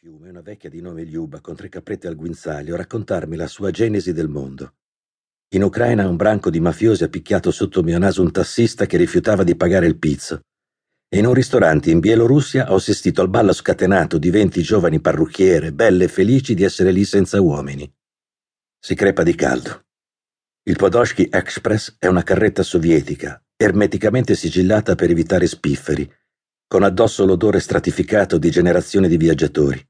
fiume una vecchia di nome Liuba con 3 caprette al guinzaglio a raccontarmi la sua genesi del mondo. In Ucraina un branco di mafiosi ha picchiato sotto mio naso un tassista che rifiutava di pagare il pizzo. E in un ristorante in Bielorussia ho assistito al ballo scatenato di 20 giovani parrucchiere, belle e felici di essere lì senza uomini. Si crepa di caldo. Il Podolsky Express è una carretta sovietica, ermeticamente sigillata per evitare spifferi, con addosso l'odore stratificato di generazioni di viaggiatori.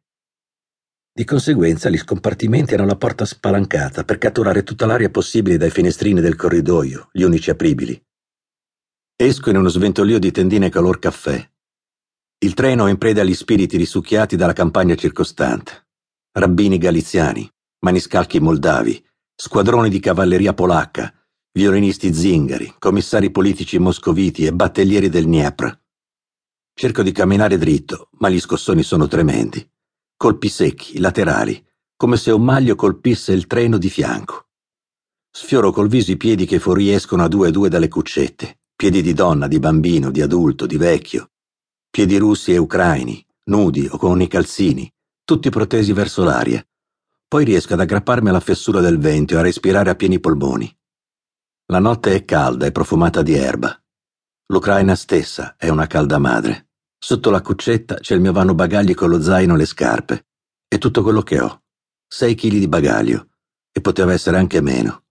Di conseguenza gli scompartimenti hanno la porta spalancata per catturare tutta l'aria possibile dai finestrini del corridoio, gli unici apribili. Esco in uno sventolio di tendine color caffè. Il treno è in preda agli spiriti risucchiati dalla campagna circostante. Rabbini galiziani, maniscalchi moldavi, squadroni di cavalleria polacca, violinisti zingari, commissari politici moscoviti e battellieri del Dniepr. Cerco di camminare dritto, ma gli scossoni sono tremendi. Colpi secchi, laterali, come se un maglio colpisse il treno di fianco. Sfioro col viso i piedi che fuoriescono a due dalle cuccette. Piedi di donna, di bambino, di adulto, di vecchio. Piedi russi e ucraini, nudi o con i calzini, tutti protesi verso l'aria. Poi riesco ad aggrapparmi alla fessura del vento e a respirare a pieni polmoni. La notte è calda e profumata di erba. L'Ucraina stessa è una calda madre. Sotto la cuccetta c'è il mio vano bagagli con lo zaino e le scarpe. È tutto quello che ho. 6 chili di bagaglio. E poteva essere anche meno.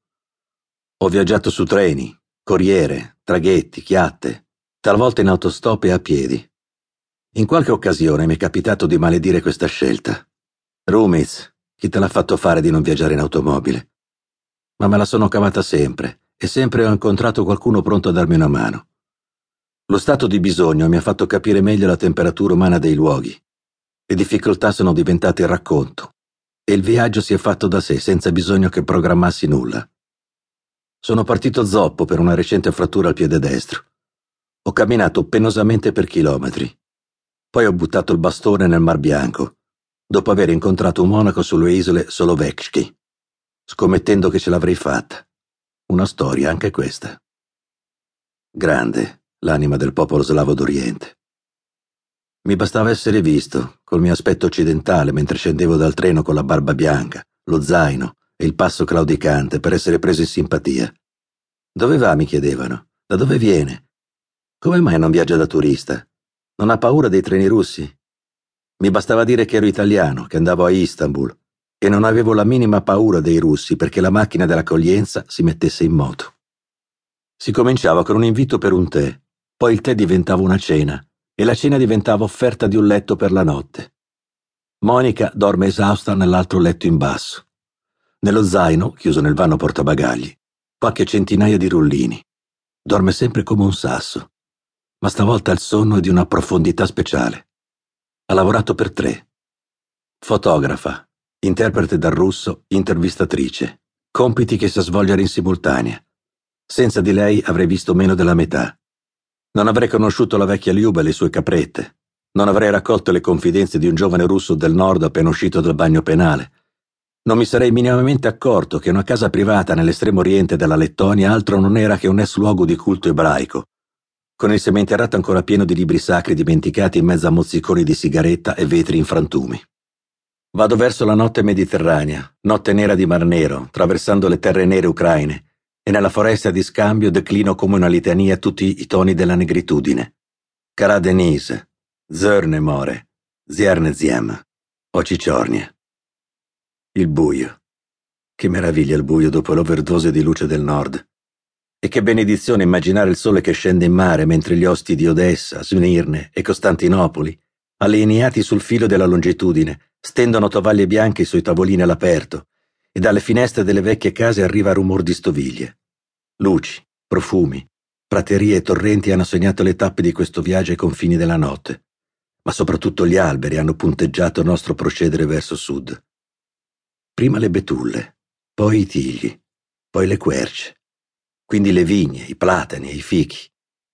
Ho viaggiato su treni, corriere, traghetti, chiatte, talvolta in autostop e a piedi. In qualche occasione mi è capitato di maledire questa scelta. Rumiz, chi te l'ha fatto fare di non viaggiare in automobile? Ma me la sono cavata sempre, e sempre ho incontrato qualcuno pronto a darmi una mano. Lo stato di bisogno mi ha fatto capire meglio la temperatura umana dei luoghi. Le difficoltà sono diventate il racconto, e il viaggio si è fatto da sé senza bisogno che programmassi nulla. Sono partito zoppo per una recente frattura al piede destro. Ho camminato penosamente per chilometri. Poi ho buttato il bastone nel Mar Bianco, dopo aver incontrato un monaco sulle isole Solovetsky, scommettendo che ce l'avrei fatta. Una storia anche questa. Grande, l'anima del popolo slavo d'Oriente. Mi bastava essere visto, col mio aspetto occidentale, mentre scendevo dal treno con la barba bianca, lo zaino e il passo claudicante per essere preso in simpatia. Dove va, mi chiedevano? Da dove viene? Come mai non viaggia da turista? Non ha paura dei treni russi? Mi bastava dire che ero italiano, che andavo a Istanbul, e non avevo la minima paura dei russi perché la macchina dell'accoglienza si mettesse in moto. Si cominciava con un invito per un tè, poi il tè diventava una cena, e la cena diventava offerta di un letto per la notte. Monica dorme esausta nell'altro letto in basso. Nello zaino, chiuso nel vano portabagagli, qualche centinaia di rullini. Dorme sempre come un sasso, ma stavolta il sonno è di una profondità speciale. Ha lavorato per 3. Fotografa, interprete dal russo, intervistatrice, compiti che sa svolgere in simultanea. Senza di lei avrei visto meno della metà. Non avrei conosciuto la vecchia Liuba e le sue caprette. Non avrei raccolto le confidenze di un giovane russo del nord appena uscito dal bagno penale. Non mi sarei minimamente accorto che una casa privata nell'estremo oriente della Lettonia altro non era che un ex luogo di culto ebraico, con il seminterrato ancora pieno di libri sacri dimenticati in mezzo a mozziconi di sigaretta e vetri in frantumi. Vado verso la notte mediterranea, notte nera di Mar Nero, attraversando le terre nere ucraine, e nella foresta di scambio declino come una litania tutti i toni della negritudine. Cara Denise, Zörne more, Zierne ziem, Ocicciornia. Il buio. Che meraviglia il buio dopo l'overdose di luce del nord. E che benedizione immaginare il sole che scende in mare mentre gli osti di Odessa, Smirne e Costantinopoli, allineati sul filo della longitudine, stendono tovaglie bianche sui tavolini all'aperto, e dalle finestre delle vecchie case arriva rumor di stoviglie. Luci, profumi, praterie e torrenti hanno segnato le tappe di questo viaggio ai confini della notte, ma soprattutto gli alberi hanno punteggiato il nostro procedere verso sud. Prima le betulle, poi i tigli, poi le querce, quindi le vigne, i platani e i fichi.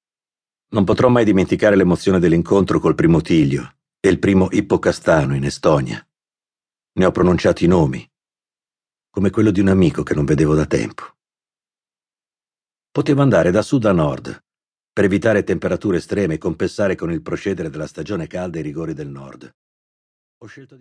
Non potrò mai dimenticare l'emozione dell'incontro col primo tiglio e il primo ippocastano in Estonia. Ne ho pronunciato i nomi, come quello di un amico che non vedevo da tempo. Potevo andare da sud a nord, per evitare temperature estreme e compensare con il procedere della stagione calda i rigori del nord. Ho scelto di